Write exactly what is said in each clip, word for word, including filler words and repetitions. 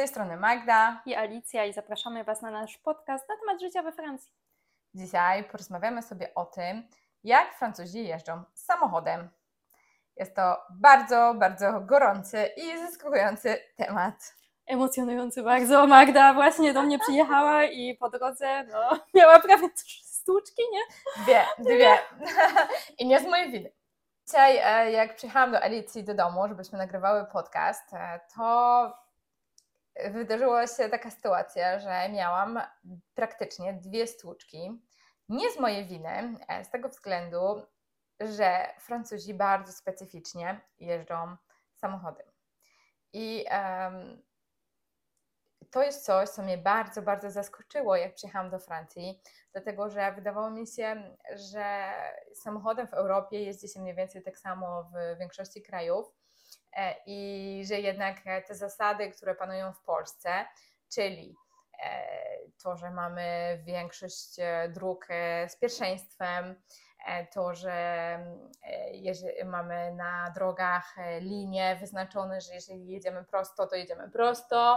tej strony Magda i Alicja i zapraszamy Was na nasz podcast na temat życia we Francji. Dzisiaj porozmawiamy sobie o tym, jak Francuzi jeżdżą samochodem. Jest to bardzo, bardzo gorący i zaskakujący temat. Emocjonujący bardzo. Magda właśnie do mnie przyjechała i po drodze no, miała prawie trzy stłuczki, nie? Dwie, dwie. I nie z mojej winy. Dzisiaj, jak przyjechałam do Alicji do domu, żebyśmy nagrywały podcast, to wydarzyła się taka sytuacja, że miałam praktycznie dwie stłuczki. Nie z mojej winy, z tego względu, że Francuzi bardzo specyficznie jeżdżą samochodem. I um, to jest coś, co mnie bardzo, bardzo zaskoczyło, jak przyjechałam do Francji, dlatego że wydawało mi się, że samochodem w Europie jeździ się mniej więcej tak samo w większości krajów i że jednak te zasady, które panują w Polsce, czyli to, że mamy większość dróg z pierwszeństwem, to, że mamy na drogach linie wyznaczone, że jeżeli jedziemy prosto, to jedziemy prosto,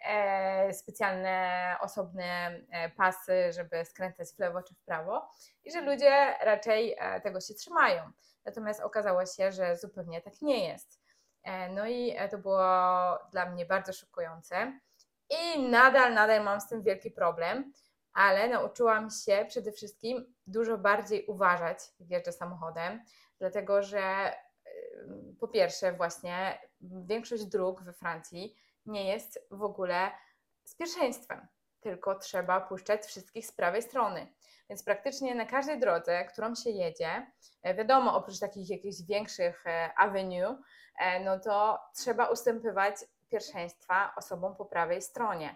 specjalne osobne pasy, żeby skręcać w lewo czy w prawo i że ludzie raczej tego się trzymają. Natomiast okazało się, że zupełnie tak nie jest. No i to było dla mnie bardzo szokujące i nadal, nadal mam z tym wielki problem, ale nauczyłam się przede wszystkim dużo bardziej uważać, jak jeżdżę samochodem, dlatego że po pierwsze właśnie większość dróg we Francji nie jest w ogóle z pierwszeństwem, tylko trzeba puszczać wszystkich z prawej strony. Więc praktycznie na każdej drodze, którą się jedzie, wiadomo, oprócz takich jakichś większych avenue, no to trzeba ustępywać pierwszeństwa osobom po prawej stronie.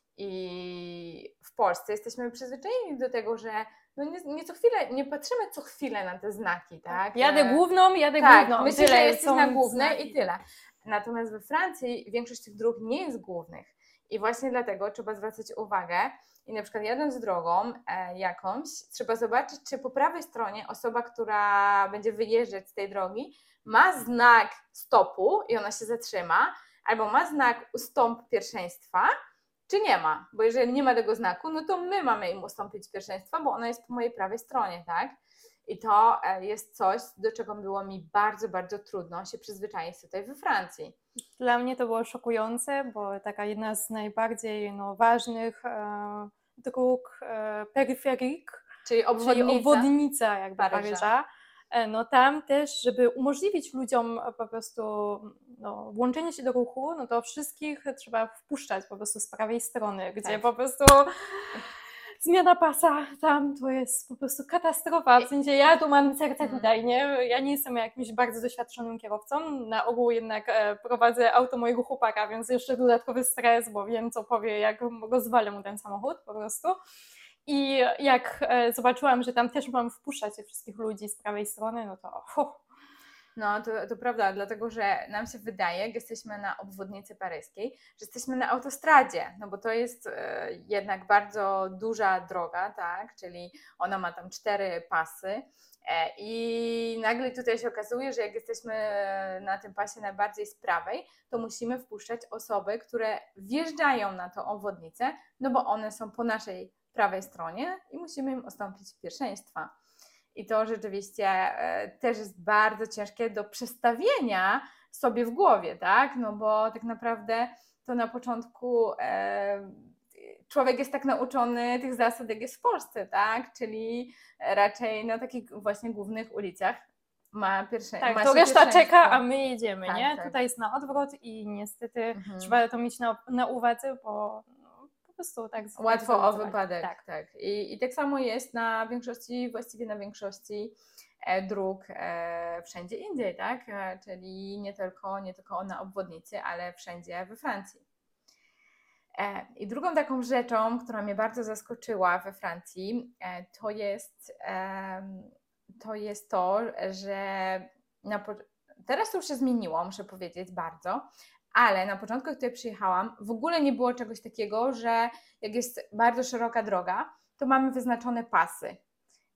I w Polsce jesteśmy przyzwyczajeni do tego, że no nie, nie co chwilę, nie patrzymy co chwilę na te znaki, tak? Jadę główną, jadę tak, główną. Myślę, tyle że jesteś na głównej znaki. i tyle. Natomiast we Francji większość tych dróg nie jest głównych. I właśnie dlatego trzeba zwracać uwagę i na przykład jadąc drogą e, jakąś, trzeba zobaczyć, czy po prawej stronie osoba, która będzie wyjeżdżać z tej drogi, ma znak stopu i ona się zatrzyma, albo ma znak ustąp pierwszeństwa, czy nie ma. Bo jeżeli nie ma tego znaku, no to my mamy im ustąpić pierwszeństwa, bo ona jest po mojej prawej stronie, tak? I to jest coś, do czego było mi bardzo, bardzo trudno się przyzwyczaić tutaj we Francji. Dla mnie to było szokujące, bo taka jedna z najbardziej no, ważnych e, dróg e, peryferik, czyli obwodnica, czyli obwodnica jakby Paryża. Paryża. E, no tam też, żeby umożliwić ludziom po prostu no, włączenie się do ruchu, no to wszystkich trzeba wpuszczać po prostu z prawej strony, gdzie tak. po prostu zmiana pasa tam to jest po prostu katastrofa, w sensie ja tu mam serce tutaj, nie? Ja nie jestem jakimś bardzo doświadczonym kierowcą, na ogół jednak e, prowadzę auto mojego chłopaka, więc jeszcze dodatkowy stres, bo wiem co powie, jak rozwalę mu ten samochód po prostu. I jak e, zobaczyłam, że tam też mam wpuszczać tych wszystkich ludzi z prawej strony, no to uf. No, to, to prawda, dlatego że nam się wydaje, jak jesteśmy na obwodnicy paryskiej, że jesteśmy na autostradzie, no bo to jest e, jednak bardzo duża droga, tak, czyli ona ma tam cztery pasy e, i nagle tutaj się okazuje, że jak jesteśmy na tym pasie najbardziej z prawej, to musimy wpuszczać osoby, które wjeżdżają na tą obwodnicę, no bo one są po naszej prawej stronie i musimy im ustąpić pierwszeństwa. I to rzeczywiście e, też jest bardzo ciężkie do przestawienia sobie w głowie, tak? No bo tak naprawdę to na początku e, człowiek jest tak nauczony tych zasad, jak jest w Polsce, tak? Czyli raczej na takich właśnie głównych ulicach ma pierwsze. Tak, ma to reszta pierwszeństwo. czeka, a my jedziemy, tak, nie? Tak. Tutaj jest na odwrót i niestety Mhm. trzeba to mieć na, na uwadze, bo po prostu tak. Łatwo tak o wypadek, tak. tak. I, I tak samo jest na większości, właściwie na większości e, dróg e, wszędzie indziej, tak? E, czyli nie tylko, nie tylko na obwodnicy, ale wszędzie we Francji. E, I drugą taką rzeczą, która mnie bardzo zaskoczyła we Francji, e, to jest, e, to jest to, że na po... teraz to już się zmieniło, muszę powiedzieć, bardzo. Ale na początku, jak tutaj przyjechałam, w ogóle nie było czegoś takiego, że jak jest bardzo szeroka droga, to mamy wyznaczone pasy.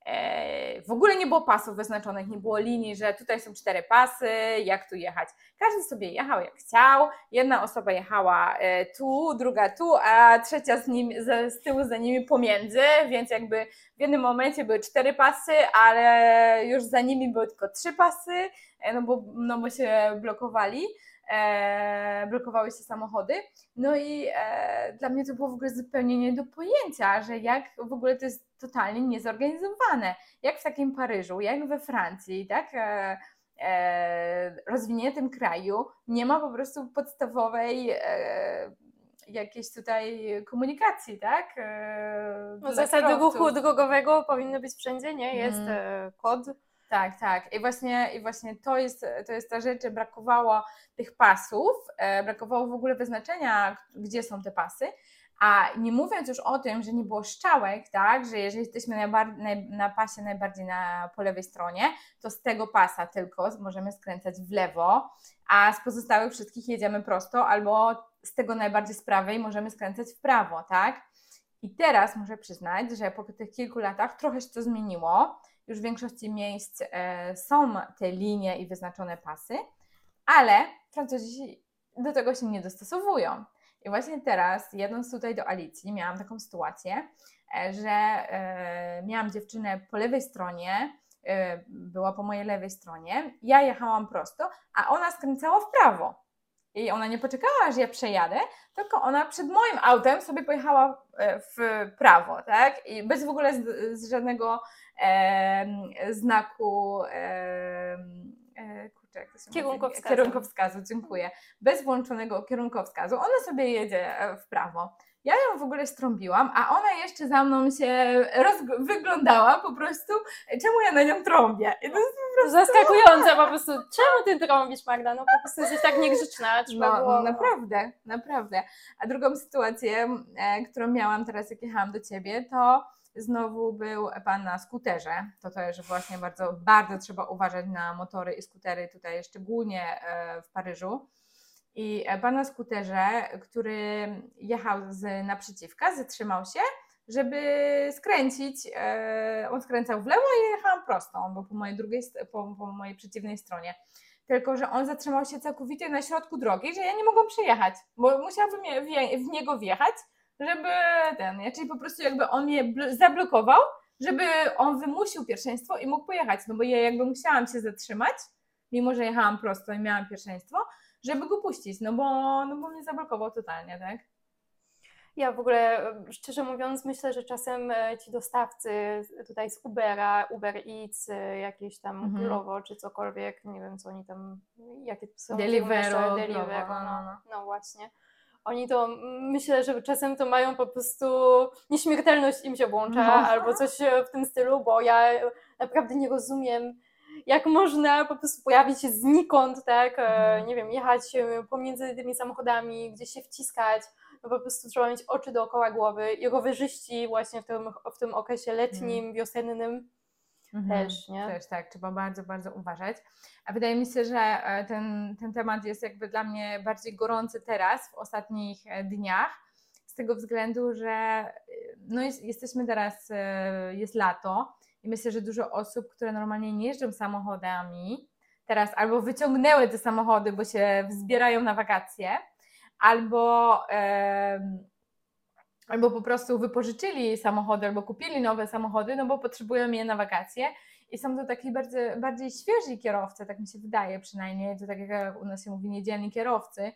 w ogóle nie było pasów wyznaczonych, nie było linii, że tutaj są cztery pasy, jak tu jechać. Każdy sobie jechał jak chciał, jedna osoba jechała tu, druga tu, a trzecia z, nim, z tyłu za nimi pomiędzy, więc jakby w jednym momencie były cztery pasy, ale już za nimi były tylko trzy pasy, no bo, no bo się blokowali. E, blokowały się samochody. No i e, dla mnie to było w ogóle zupełnie nie do pojęcia, że jak w ogóle to jest totalnie niezorganizowane. Jak w takim Paryżu, jak we Francji, tak? E, e, rozwiniętym kraju nie ma po prostu podstawowej e, jakiejś tutaj komunikacji, tak? E, no, zasady ruchu drogowego powinny być wszędzie, nie? Jest hmm. e, kod. Tak, tak. I właśnie, i właśnie to, jest, to jest ta rzecz, że brakowało tych pasów, e, brakowało w ogóle wyznaczenia, gdzie są te pasy, a nie mówiąc już o tym, że nie było strzałek, tak, że jeżeli jesteśmy najbar- naj- na pasie najbardziej na, po lewej stronie, to z tego pasa tylko możemy skręcać w lewo, a z pozostałych wszystkich jedziemy prosto, albo z tego najbardziej z prawej możemy skręcać w prawo, tak? I teraz muszę przyznać, że po tych kilku latach trochę się to zmieniło. Już w większości miejsc e, są te linie i wyznaczone pasy, ale Francuzi do tego się nie dostosowują. I właśnie teraz, jadąc tutaj do Alicji, miałam taką sytuację, e, że e, miałam dziewczynę po lewej stronie, e, była po mojej lewej stronie, ja jechałam prosto, a ona skręcała w prawo. I ona nie poczekała, aż ja przejadę, tylko ona przed moim autem sobie pojechała w prawo, tak? I bez w ogóle z, z żadnego e, znaku e, e, kurczę, jak to się kierunkowskazu. kierunkowskazu, dziękuję. Bez włączonego kierunkowskazu, ona sobie jedzie w prawo. Ja ją w ogóle strąbiłam, a ona jeszcze za mną się roz... wyglądała po prostu, czemu ja na nią trąbię. I to jest po prostu zaskakujące po prostu. Czemu ty trąbisz, Magda? No po prostu jesteś tak niegrzeczna. Trzeba no, było... Naprawdę, naprawdę. A drugą sytuację, e, którą miałam teraz, jak jechałam do Ciebie, to znowu był pan na skuterze. To też właśnie bardzo, bardzo trzeba uważać na motory i skutery tutaj, szczególnie e, w Paryżu. I pan na skuterze, który jechał z naprzeciwka, zatrzymał się, żeby skręcić. On skręcał w lewo i ja jechałam prosto, bo po mojej drugiej, po, po mojej przeciwnej stronie. Tylko że on zatrzymał się całkowicie na środku drogi, że ja nie mogłam przejechać, bo musiałabym w niego wjechać, żeby ten, czyli po prostu jakby on mnie zablokował, żeby on wymusił pierwszeństwo i mógł pojechać, no bo ja jakby musiałam się zatrzymać, mimo że jechałam prosto i miałam pierwszeństwo, żeby go puścić, no bo, no bo mnie zablokował totalnie, tak? Ja w ogóle, szczerze mówiąc, myślę, że czasem ci dostawcy tutaj z Ubera, Uber Eats, jakieś tam mm-hmm. Glovo czy cokolwiek, nie wiem co oni tam, jakie są Deliveroo, Deliveroo, no, no, no. no właśnie. Oni to, myślę, że czasem to mają po prostu, nieśmiertelność im się włącza no. albo coś w tym stylu, bo ja naprawdę nie rozumiem, jak można po prostu pojawić się znikąd, tak, mm. nie wiem, jechać pomiędzy tymi samochodami, gdzieś się wciskać, no po prostu trzeba mieć oczy dookoła głowy i rowerzyści właśnie w tym, w tym okresie letnim, mm. wiosennym mm-hmm. też, nie? Też tak, trzeba bardzo, bardzo uważać. A wydaje mi się, że ten, ten temat jest jakby dla mnie bardziej gorący teraz, w ostatnich dniach, z tego względu, że no jest, jesteśmy teraz, jest lato i myślę, że dużo osób, które normalnie nie jeżdżą samochodami, teraz albo wyciągnęły te samochody, bo się wzbierają na wakacje, albo, e, albo po prostu wypożyczyli samochody, albo kupili nowe samochody, no bo potrzebują je na wakacje i są to taki bardziej, bardziej świeżi kierowcy, tak mi się wydaje przynajmniej, to tak jak u nas się mówi, niedzielni kierowcy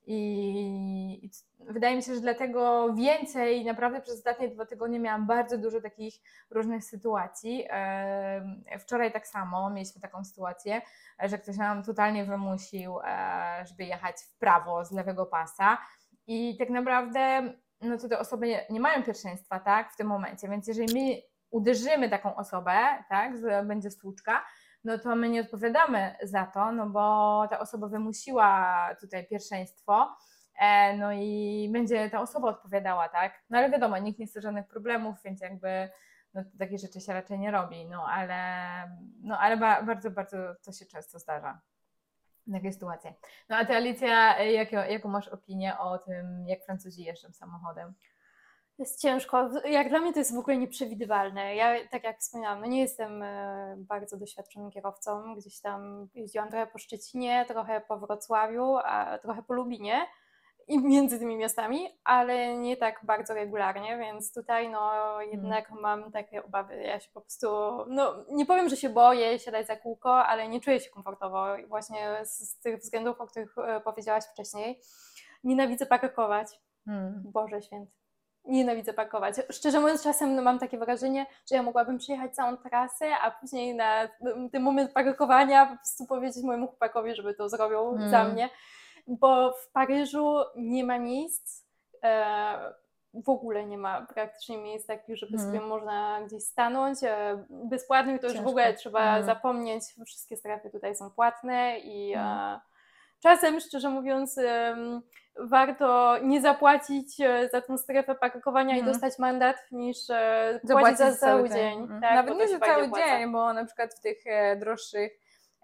i, i wydaje mi się, że dlatego więcej, naprawdę przez ostatnie dwa tygodnie miałam bardzo dużo takich różnych sytuacji. E, wczoraj tak samo mieliśmy taką sytuację, że ktoś nam totalnie wymusił, e, żeby jechać w prawo z lewego pasa i tak naprawdę no to te osoby nie, nie mają pierwszeństwa, tak, w tym momencie, więc jeżeli my uderzymy taką osobę, tak, że będzie stłuczka, no to my nie odpowiadamy za to, no bo ta osoba wymusiła tutaj pierwszeństwo, e, no i będzie ta osoba odpowiadała, tak, no ale wiadomo, nikt nie chce żadnych problemów, więc jakby no takie rzeczy się raczej nie robi, no ale, no ale ba, bardzo, bardzo to się często zdarza. Takie sytuacje. No a Ty, Alicja, jaką, jaką masz opinię o tym, jak Francuzi jeżdżą samochodem? Jest ciężko. Jak dla mnie to jest w ogóle nieprzewidywalne. Ja, tak jak wspomniałam, no nie jestem bardzo doświadczonym kierowcą. Gdzieś tam jeździłam trochę po Szczecinie, trochę po Wrocławiu, a trochę po Lubinie i między tymi miastami, ale nie tak bardzo regularnie, więc tutaj no jednak hmm. mam takie obawy. Ja się po prostu, no nie powiem, że się boję siadać za kółko, ale nie czuję się komfortowo właśnie z, z tych względów, o których powiedziałaś wcześniej. Nienawidzę parkować. Hmm. Boże święty. Nienawidzę parkować. Szczerze mówiąc, czasem no, mam takie wrażenie, że ja mogłabym przejechać całą trasę, a później na ten moment parkowania po prostu powiedzieć mojemu chłopakowi, żeby to zrobił hmm. za mnie. Bo w Paryżu nie ma miejsc, e, w ogóle nie ma praktycznie miejsc takich, żeby hmm. sobie można gdzieś stanąć. E, bezpłatnych to już Ciężko. w ogóle trzeba hmm. zapomnieć. Wszystkie strefy tutaj są płatne i hmm. e, czasem, szczerze mówiąc, e, warto nie zapłacić za tą strefę parkowania hmm. i dostać mandat, niż e, płacić za cały dzień. Hmm. Tak, Nawet nie za cały opłaca. dzień, bo na przykład w tych e, droższych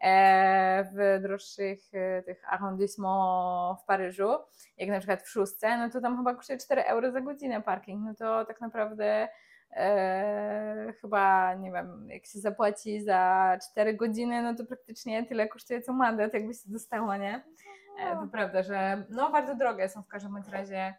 w droższych tych arrondissement w Paryżu, jak na przykład w Szóstce, no to tam chyba kosztuje cztery euro za godzinę parking, no to tak naprawdę e, chyba, nie wiem, jak się zapłaci za cztery godziny, no to praktycznie tyle kosztuje co mandat, jakby się dostało, nie? E, to prawda, że no bardzo drogie są w każdym bądź razie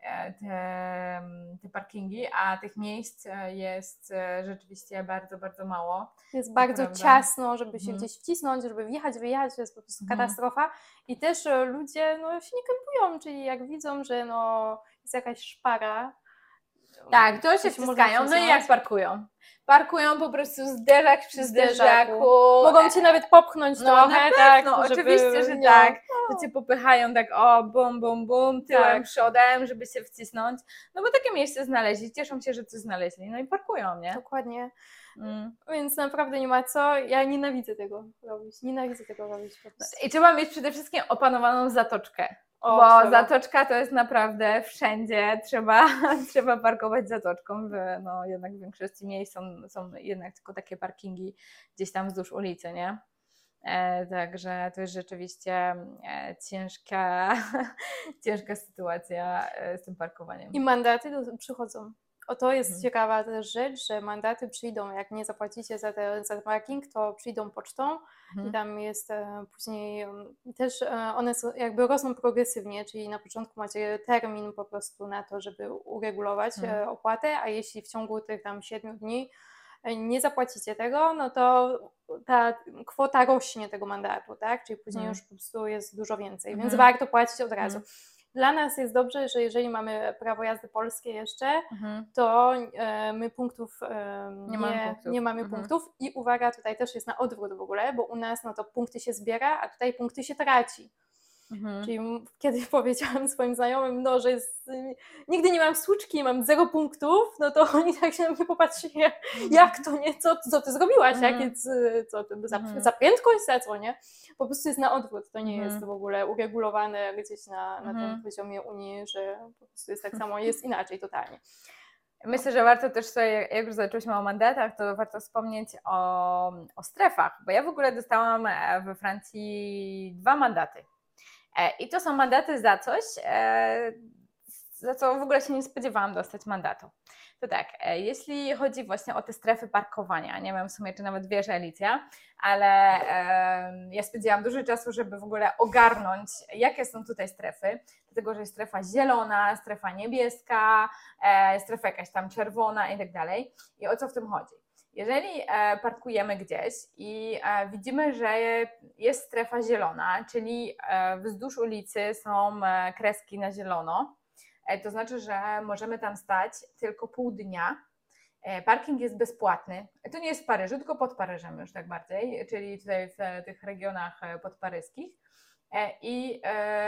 te, te parkingi, a tych miejsc jest rzeczywiście bardzo, bardzo mało. Jest bardzo prawda. ciasno, żeby się hmm. gdzieś wcisnąć, żeby wjechać, wyjechać, to jest po prostu hmm. katastrofa. I też ludzie no, się nie kępują, czyli jak widzą, że no, jest jakaś szpara. Tak, to się wciskają, no i jak parkują? Parkują po prostu zderzak przy zderzaku. Mogą cię nawet popchnąć no, trochę, na tak? No żeby, oczywiście, że no, tak. No. Że cię popychają tak o bum, bum, bum, tyłem, tak. przodem, żeby się wcisnąć. No bo takie miejsce znaleźli, cieszą się, że coś znaleźli. No i parkują, nie? Dokładnie. Mm. Więc naprawdę nie ma co. Ja nienawidzę tego robić. Nienawidzę tego robić po prostu. I trzeba mieć przede wszystkim opanowaną zatoczkę. O, bo trzeba. Zatoczka to jest naprawdę wszędzie, trzeba, trzeba parkować zatoczką, w, no jednak w większości miejsc są, są jednak tylko takie parkingi gdzieś tam wzdłuż ulicy, nie? E, także to jest rzeczywiście e, ciężka, ciężka sytuacja e, z tym parkowaniem. I mandaty do, przychodzą. O to jest hmm. ciekawa też rzecz, że mandaty przyjdą, jak nie zapłacicie za, te, za parking, to przyjdą pocztą hmm. i tam jest e, później też e, one są, jakby rosną progresywnie, czyli na początku macie termin po prostu na to, żeby uregulować hmm. e, opłatę, a jeśli w ciągu tych tam siedmiu dni nie zapłacicie tego, no to ta kwota rośnie tego mandatu, tak? Czyli później hmm. już po prostu jest dużo więcej, hmm. więc warto płacić od razu. Hmm. Dla nas jest dobrze, że jeżeli mamy prawo jazdy polskie jeszcze, mhm. to e, my punktów e, nie, nie, mamy punktów. nie mamy mhm. punktów i uwaga, tutaj też jest na odwrót w ogóle, bo u nas no to punkty się zbiera, a tutaj punkty się traci. Mhm. Czyli kiedy powiedziałam swoim znajomym, no, że jest, nigdy nie mam słuczki, mam zero punktów, no to oni tak się na mnie popatrzyli, mhm. jak to nie, co, co ty zrobiłaś, mhm. jakie, co ty, za, mhm. za prędkość, za co, nie? Po prostu jest na odwrót, to nie mhm. jest w ogóle uregulowane gdzieś na, na mhm. tym poziomie Unii, że po prostu jest tak samo, jest inaczej totalnie. Myślę, że warto też sobie, jak już zaczęłyśmy o mandatach, to warto wspomnieć o, o strefach, bo ja w ogóle dostałam we Francji dwa mandaty. I to są mandaty za coś, za co w ogóle się nie spodziewałam dostać mandatu. To tak, jeśli chodzi właśnie o te strefy parkowania, nie wiem w sumie, czy nawet wiesz, Alicja, ale ja spędziłam dużo czasu, żeby w ogóle ogarnąć, jakie są tutaj strefy, dlatego, że jest strefa zielona, strefa niebieska, strefa jakaś tam czerwona i tak dalej. I o co w tym chodzi? Jeżeli parkujemy gdzieś i widzimy, że jest strefa zielona, czyli wzdłuż ulicy są kreski na zielono, to znaczy, że możemy tam stać tylko pół dnia. Parking jest bezpłatny. To nie jest w Paryżu, tylko pod Paryżem już tak bardziej, czyli tutaj w tych regionach podparyskich. I,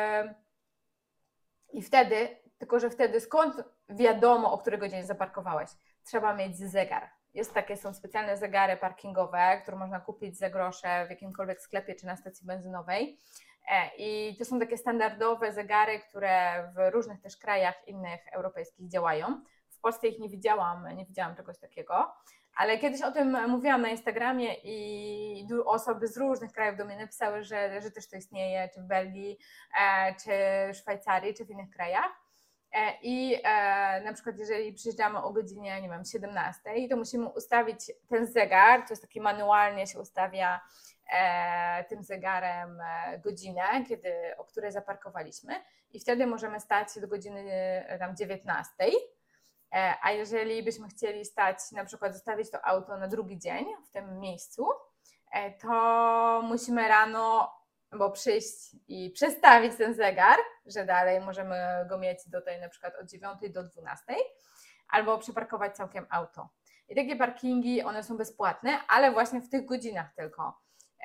i wtedy, tylko że wtedy skąd wiadomo, o której godzinie zaparkowałeś? Trzeba mieć zegar. Jest takie, są specjalne zegary parkingowe, które można kupić za grosze w jakimkolwiek sklepie czy na stacji benzynowej. I to są takie standardowe zegary, które w różnych też krajach innych europejskich działają. W Polsce ich nie widziałam, nie widziałam czegoś takiego, ale kiedyś o tym mówiłam na Instagramie i osoby z różnych krajów do mnie napisały, że, że też to istnieje, czy w Belgii, czy w Szwajcarii, czy w innych krajach. I e, na przykład jeżeli przyjeżdżamy o godzinie, nie wiem, siedemnastej, to musimy ustawić ten zegar, to jest taki manualnie się ustawia e, tym zegarem e, godzinę, kiedy, o której zaparkowaliśmy i wtedy możemy stać do godziny e, tam dziewiętnastej. E, a jeżeli byśmy chcieli stać, na przykład zostawić to auto na drugi dzień w tym miejscu, e, to musimy rano bo przyjść i przestawić ten zegar, że dalej możemy go mieć do tej na przykład od dziewiątej do dwunastej, albo przeparkować całkiem auto. I takie parkingi, one są bezpłatne, ale właśnie w tych godzinach tylko.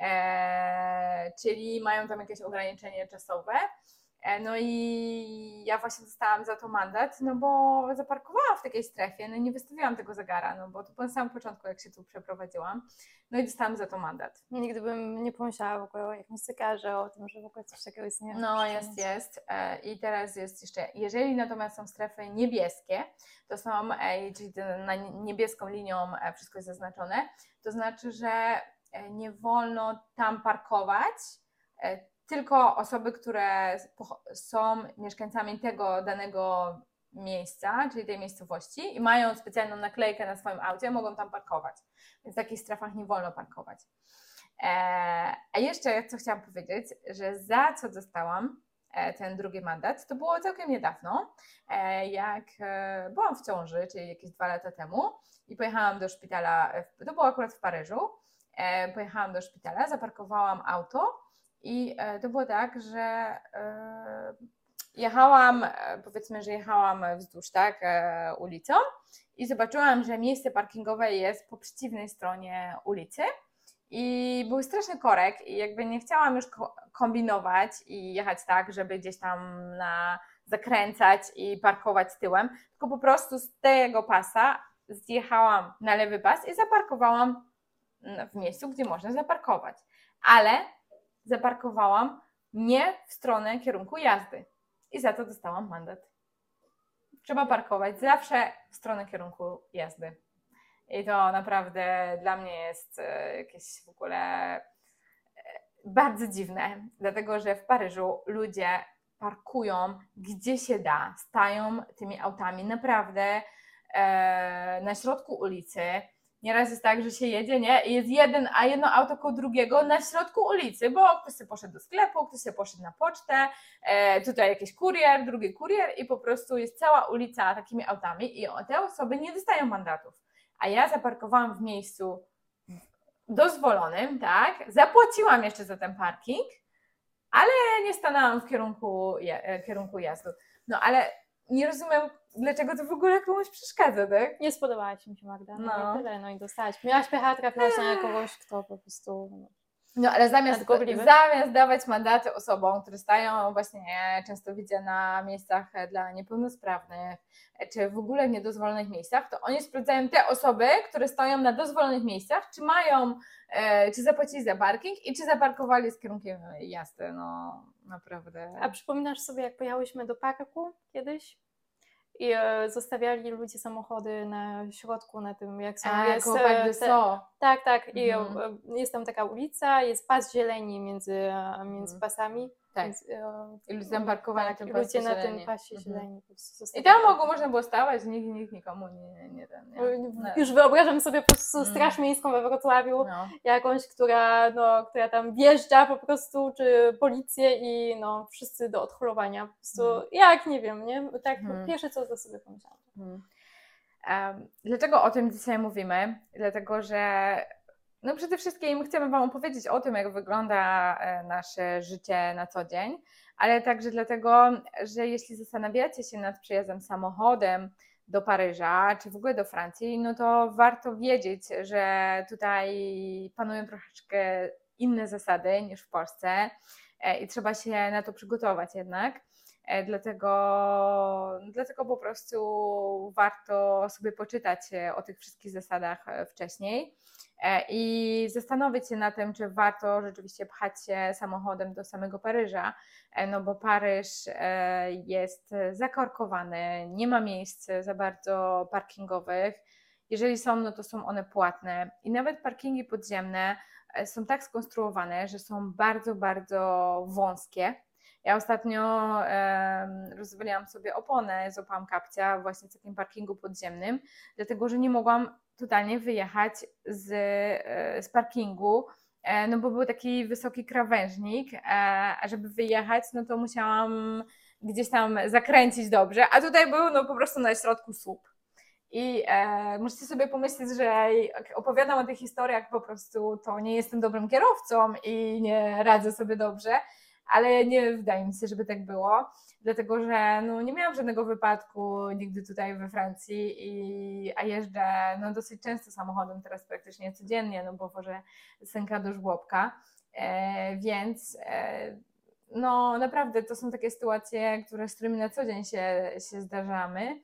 Eee, czyli mają tam jakieś ograniczenie czasowe. E, no i ja właśnie dostałam za to mandat, no bo zaparkowałam w takiej strefie, no i nie wystawiłam tego zegara, no bo to po samym początku, jak się tu przeprowadziłam, no i dostałam za to mandat. Nigdy bym nie pomyślała w ogóle o jakimś zegarze, o tym, że w ogóle coś takiego istnieje. No jest, jest. E, I teraz jest jeszcze, jeżeli natomiast są strefy niebieskie, to są, e, czyli na niebieską linią e, wszystko jest zaznaczone, to znaczy, że e, nie wolno tam parkować, e, tylko osoby, które są mieszkańcami tego danego miejsca, czyli tej miejscowości i mają specjalną naklejkę na swoim aucie, mogą tam parkować. Więc w takich strefach nie wolno parkować. A jeszcze co chciałam powiedzieć, że za co dostałam ten drugi mandat, to było całkiem niedawno, jak byłam w ciąży, czyli jakieś dwa lata temu i pojechałam do szpitala, to było akurat w Paryżu, pojechałam do szpitala, zaparkowałam auto i to było tak, że jechałam, powiedzmy, że jechałam wzdłuż tak, ulicą i zobaczyłam, że miejsce parkingowe jest po przeciwnej stronie ulicy i był straszny korek i jakby nie chciałam już kombinować i jechać tak, żeby gdzieś tam na, zakręcać i parkować tyłem, tylko po prostu z tego pasa zjechałam na lewy pas i zaparkowałam w miejscu, gdzie można zaparkować, ale zaparkowałam nie w stronę kierunku jazdy i za to dostałam mandat. Trzeba parkować zawsze w stronę kierunku jazdy. I to naprawdę dla mnie jest jakieś w ogóle bardzo dziwne, dlatego że w Paryżu ludzie parkują gdzie się da, stają tymi autami naprawdę e, na środku ulicy. Nieraz jest tak, że się jedzie, nie? I jest jeden, a jedno auto koło drugiego na środku ulicy, bo ktoś sobie poszedł do sklepu, ktoś sobie poszedł na pocztę, e, tutaj jakiś kurier, drugi kurier i po prostu jest cała ulica takimi autami i te osoby nie dostają mandatów. A ja zaparkowałam w miejscu dozwolonym, tak? Zapłaciłam jeszcze za ten parking, ale nie stanęłam w kierunku, je, kierunku jazdy. No ale nie rozumiem, dlaczego to w ogóle komuś przeszkadza, tak? Nie spodobałaś mi się, Magda, no, No. i tyle, no i dostałaś. Miałaś pecha, trafiłaś na kogoś, kto po prostu... No. No ale zamiast, Nadgorliwy. zamiast dawać mandaty osobom, które stają właśnie, często widzę na miejscach dla niepełnosprawnych, czy w ogóle w niedozwolonych miejscach, to oni sprawdzają te osoby, które stoją na dozwolonych miejscach, czy mają, e, czy zapłacili za parking i czy zaparkowali z kierunkiem jazdy, no naprawdę. A przypominasz sobie, jak pojechałyśmy do parku kiedyś? I e, zostawiali ludzie samochody na środku, na tym, jak są... A, jest, koło e, Parc de te- Sceaux. Tak, tak. I Mhm. e, jest tam taka ulica, jest pas zieleni między, e, między Mhm. pasami. Tak. Więc, e, I ludzie tam parkowali na tak, tym i pasie ludzie na zieleni. tym pasie Mhm. zieleni. po prostu I zostawiali. tam mogło, można było stawać, nikt, nikt nikomu nie, nie ten. Nie, no. Już wyobrażam sobie po prostu Mm. Straż Miejską we Wrocławiu, No. jakąś, która, no, która tam wjeżdża po prostu, czy policję i no, wszyscy do odholowania. Po prostu, Mhm. jak, nie wiem, nie? Tak Mhm. pierwsze co to sobie pomyślałam. Mhm. Um, dlaczego o tym dzisiaj mówimy? Dlatego, że no przede wszystkim chcemy Wam opowiedzieć o tym, jak wygląda e, nasze życie na co dzień, ale także dlatego, że jeśli zastanawiacie się nad przyjazdem samochodem do Paryża, czy w ogóle do Francji, no to warto wiedzieć, że tutaj panują troszeczkę inne zasady niż w Polsce e, i trzeba się na to przygotować jednak. E, Dlatego, dlatego po prostu warto sobie poczytać e, o tych wszystkich zasadach e, wcześniej e, i zastanowić się na tym, czy warto rzeczywiście pchać się samochodem do samego Paryża, e, no bo Paryż e, jest zakorkowany, nie ma miejsc za bardzo parkingowych. Jeżeli są, no to są one płatne i nawet parkingi podziemne e, są tak skonstruowane, że są bardzo, bardzo wąskie. Ja ostatnio e, rozwaliłam sobie oponę, złapałam kapcia właśnie w takim parkingu podziemnym, dlatego że nie mogłam totalnie wyjechać z, e, z parkingu, e, no bo był taki wysoki krawężnik, e, a żeby wyjechać, no to musiałam gdzieś tam zakręcić dobrze, a tutaj był no po prostu na środku słup. I e, możecie sobie pomyśleć, że jak opowiadam o tych historiach, po prostu to nie jestem dobrym kierowcą i nie radzę sobie dobrze, ale nie wydaje mi się, żeby tak było, dlatego że no, nie miałam żadnego wypadku nigdy tutaj we Francji, i, a jeżdżę no, dosyć często samochodem, teraz praktycznie codziennie, no bo wożę synka do żłobka, e, więc e, no naprawdę to są takie sytuacje, które, z którymi na co dzień się, się zdarzamy.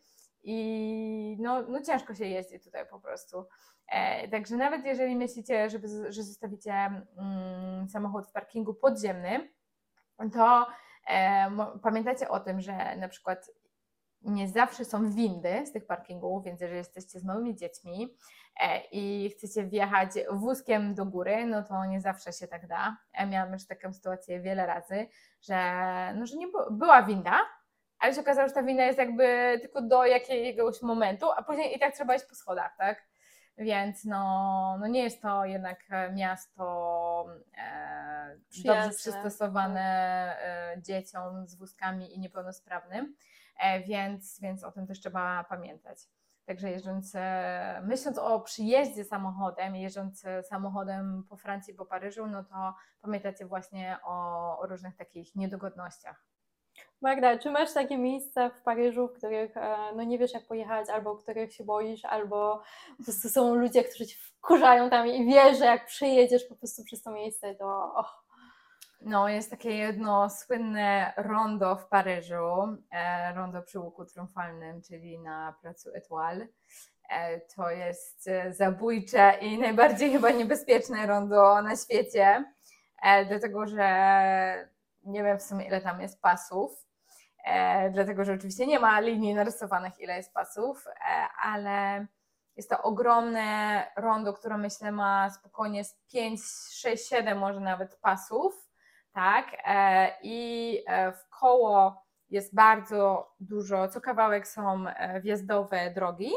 I no, no ciężko się jeździ tutaj po prostu. E, także nawet jeżeli myślicie, żeby, że zostawicie mm, samochód w parkingu podziemnym, to e, pamiętajcie o tym, że na przykład nie zawsze są windy z tych parkingów, więc jeżeli jesteście z małymi dziećmi e, i chcecie wjechać wózkiem do góry, no to nie zawsze się tak da. Ja miałam już taką sytuację wiele razy, że, no, że nie by, była winda, ale się okazało, że ta winda jest jakby tylko do jakiegoś momentu, a później i tak trzeba iść po schodach, tak? Więc no, no nie jest to jednak miasto e, dobrze przystosowane e, dzieciom z wózkami i niepełnosprawnym, e, więc, więc o tym też trzeba pamiętać. Także jeżdżąc, e, myśląc o przyjeździe samochodem, jeżdżąc samochodem po Francji, po Paryżu, no to pamiętajcie właśnie o, o różnych takich niedogodnościach. Magda, czy masz takie miejsca w Paryżu, w których no, nie wiesz jak pojechać, albo o których się boisz, albo po prostu są ludzie, którzy cię wkurzają tam i wiesz, że jak przejedziesz po prostu przez to miejsce, to och. No, jest takie jedno słynne rondo w Paryżu, e, rondo przy Łuku Triumfalnym, czyli na placu Étoile. E, to jest zabójcze i najbardziej chyba niebezpieczne rondo na świecie, e, dlatego że nie wiem w sumie ile tam jest pasów, e, dlatego że oczywiście nie ma linii narysowanych ile jest pasów, e, ale jest to ogromne rondo, które myślę ma spokojnie z pięć, sześć, siedem może nawet pasów. Tak, i w koło jest bardzo dużo, co kawałek są wjazdowe drogi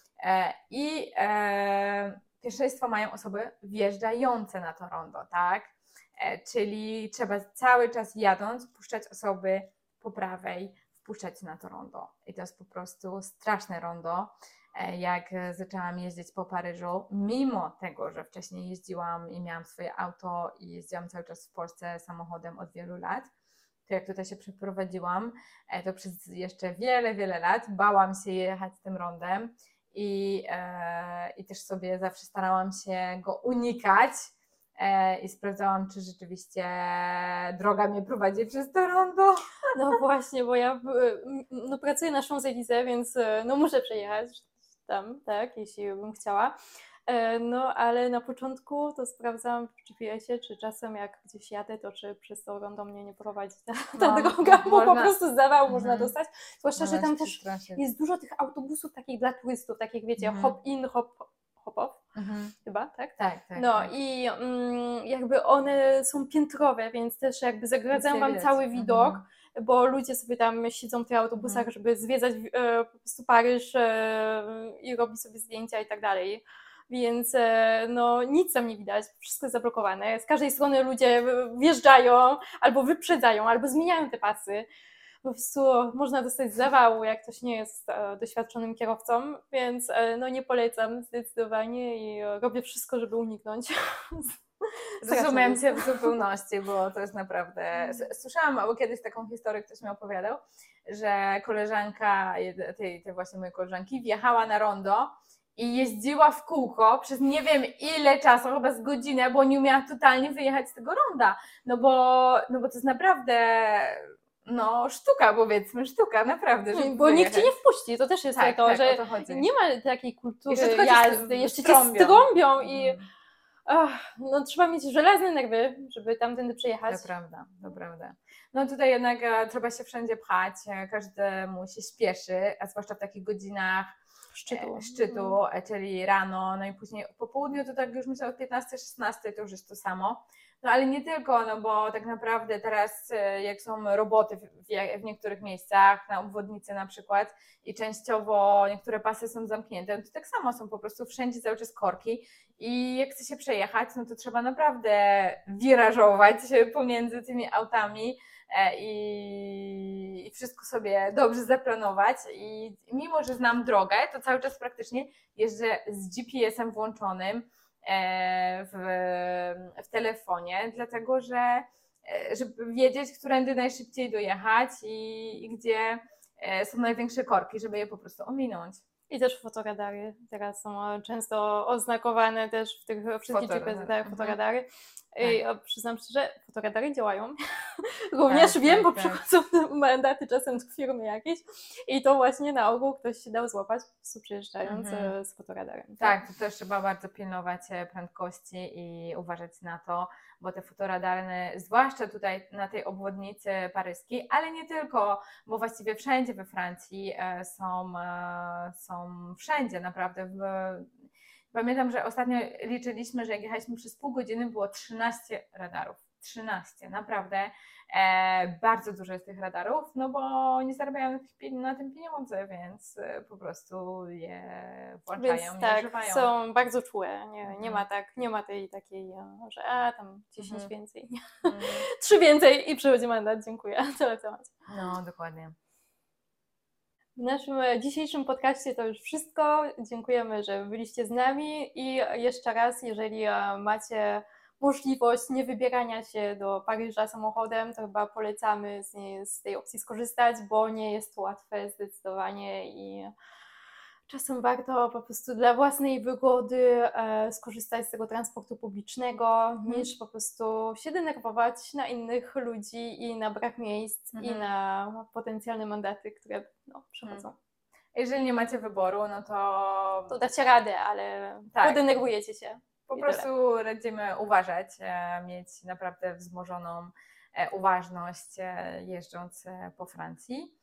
i pierwszeństwo mają osoby wjeżdżające na to rondo, tak, czyli trzeba cały czas jadąc puszczać osoby po prawej, wpuszczać na to rondo i to jest po prostu straszne rondo. Jak zaczęłam jeździć po Paryżu, mimo tego, że wcześniej jeździłam i miałam swoje auto i jeździłam cały czas w Polsce samochodem od wielu lat, to jak tutaj się przeprowadziłam, to przez jeszcze wiele, wiele lat bałam się jechać tym rondem i, e, i też sobie zawsze starałam się go unikać e, i sprawdzałam, czy rzeczywiście droga mnie prowadzi przez to rondo. No właśnie, bo ja no, pracuję na Champs-Élysées, więc no, muszę przejechać tam, tak, jeśli bym chciała. No, ale na początku to sprawdzałam w G P S-ie, czy czasem jak gdzieś jadę, to czy przez to rondo mnie nie prowadzi ta, ta no, droga, bo można... po prostu zawału mm-hmm. można dostać. Zwłaszcza, że tam też strasznie. Jest dużo tych autobusów takich dla turystów, takich wiecie, mm-hmm. hop in, hop, hop off, mm-hmm. chyba, tak? Tak, tak. No tak. i mm, jakby one są piętrowe, więc też jakby zagradzają wam widać. Cały widok, mm-hmm. bo ludzie sobie tam siedzą w tych autobusach, mm-hmm. żeby zwiedzać e, po prostu Paryż e, i robić sobie zdjęcia i tak dalej. Więc no nic tam nie widać, wszystko jest zablokowane. Z każdej strony ludzie wjeżdżają, albo wyprzedzają, albo zmieniają te pasy. Po prostu można dostać zawału, jak ktoś nie jest doświadczonym kierowcą, więc no nie polecam zdecydowanie i robię wszystko, żeby uniknąć. Rozumiem Cię w zupełności, bo to jest naprawdę... Słyszałam albo kiedyś taką historię, ktoś mi opowiadał, że koleżanka, tej, tej właśnie mojej koleżanki, wjechała na rondo i jeździła w kółko przez nie wiem ile czasu, chyba z godzinę, bo nie umiała totalnie wyjechać z tego ronda, no bo, no bo to jest naprawdę no sztuka, powiedzmy, sztuka, naprawdę. Żeby bo wyjechać. Nikt Cię nie wpuści, to też jest tak, to, tak, że to nie ma takiej kultury jeszcze jazdy, jeszcze Cię strąbią i mm. oh, no trzeba mieć żelazne nerwy, żeby tamtędy przejechać. To prawda, to prawda. No tutaj jednak e, trzeba się wszędzie pchać, każdemu się śpieszy, a zwłaszcza w takich godzinach szczytu. e, szczytu, e, czyli rano, no i później po południu to tak już myślę od piętnastej szesnastej to już jest to samo. No ale nie tylko, no bo tak naprawdę teraz e, jak są roboty w, w, w niektórych miejscach, na obwodnicy na przykład i częściowo niektóre pasy są zamknięte, no to tak samo są po prostu wszędzie cały czas korki i jak chce się przejechać, no to trzeba naprawdę wirażować pomiędzy tymi autami e, i, i wszystko sobie dobrze zaplanować i mimo, że znam drogę, to cały czas praktycznie jeżdżę z G P S-em włączonym e, w, w telefonie, dlatego że e, żeby wiedzieć, którędy najszybciej dojechać i, i gdzie e, są największe korki, żeby je po prostu ominąć. I też fotoradary teraz są często oznakowane też w tych wszystkich G P S-ach fotoradary. I tak. Przyznam szczerze, fotoradary działają. Również tak, wiem, tak, bo tak. Przychodzą mandaty czasem z firmy jakieś i to właśnie na ogół ktoś się dał złapać, po prostu przyjeżdżając mm-hmm. z fotoradarem. Tak? tak, to też trzeba bardzo pilnować prędkości i uważać na to, bo te fotoradary, zwłaszcza tutaj na tej obwodnicy paryskiej, ale nie tylko, bo właściwie wszędzie we Francji są, są wszędzie naprawdę. W, pamiętam, że ostatnio liczyliśmy, że jak jechaliśmy przez pół godziny, było trzynaście radarów. trzynaście, naprawdę. E, bardzo dużo jest tych radarów, no bo nie zarabiają na tym pieniądze, więc po prostu je włączają, więc, nie tak, używają. Są bardzo czułe, nie, nie, ma tak, nie ma tej takiej, że a tam dziesięć mhm. więcej, mhm. trzy więcej i przychodzi mandat, dziękuję, tyle temat. No, dokładnie. W naszym dzisiejszym podcaście to już wszystko. Dziękujemy, że byliście z nami i jeszcze raz, jeżeli macie możliwość nie wybierania się do Paryża samochodem, to chyba polecamy z, niej, z tej opcji skorzystać, bo nie jest to łatwe zdecydowanie i czasem warto po prostu dla własnej wygody e, skorzystać z tego transportu publicznego, mm. niż po prostu się denerwować na innych ludzi i na brak miejsc mm. i na potencjalne mandaty, które no, przychodzą. Mm. Jeżeli nie macie wyboru, no to... To dacie radę, ale tak. Podenerwujecie się. Po prostu radzimy uważać, mieć naprawdę wzmożoną uważność jeżdżąc po Francji.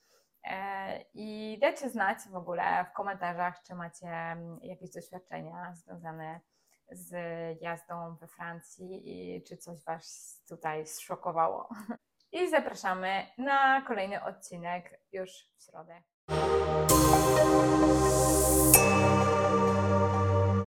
I dajcie znać w ogóle w komentarzach, czy macie jakieś doświadczenia związane z jazdą we Francji i czy coś Was tutaj zszokowało. I zapraszamy na kolejny odcinek już w środę.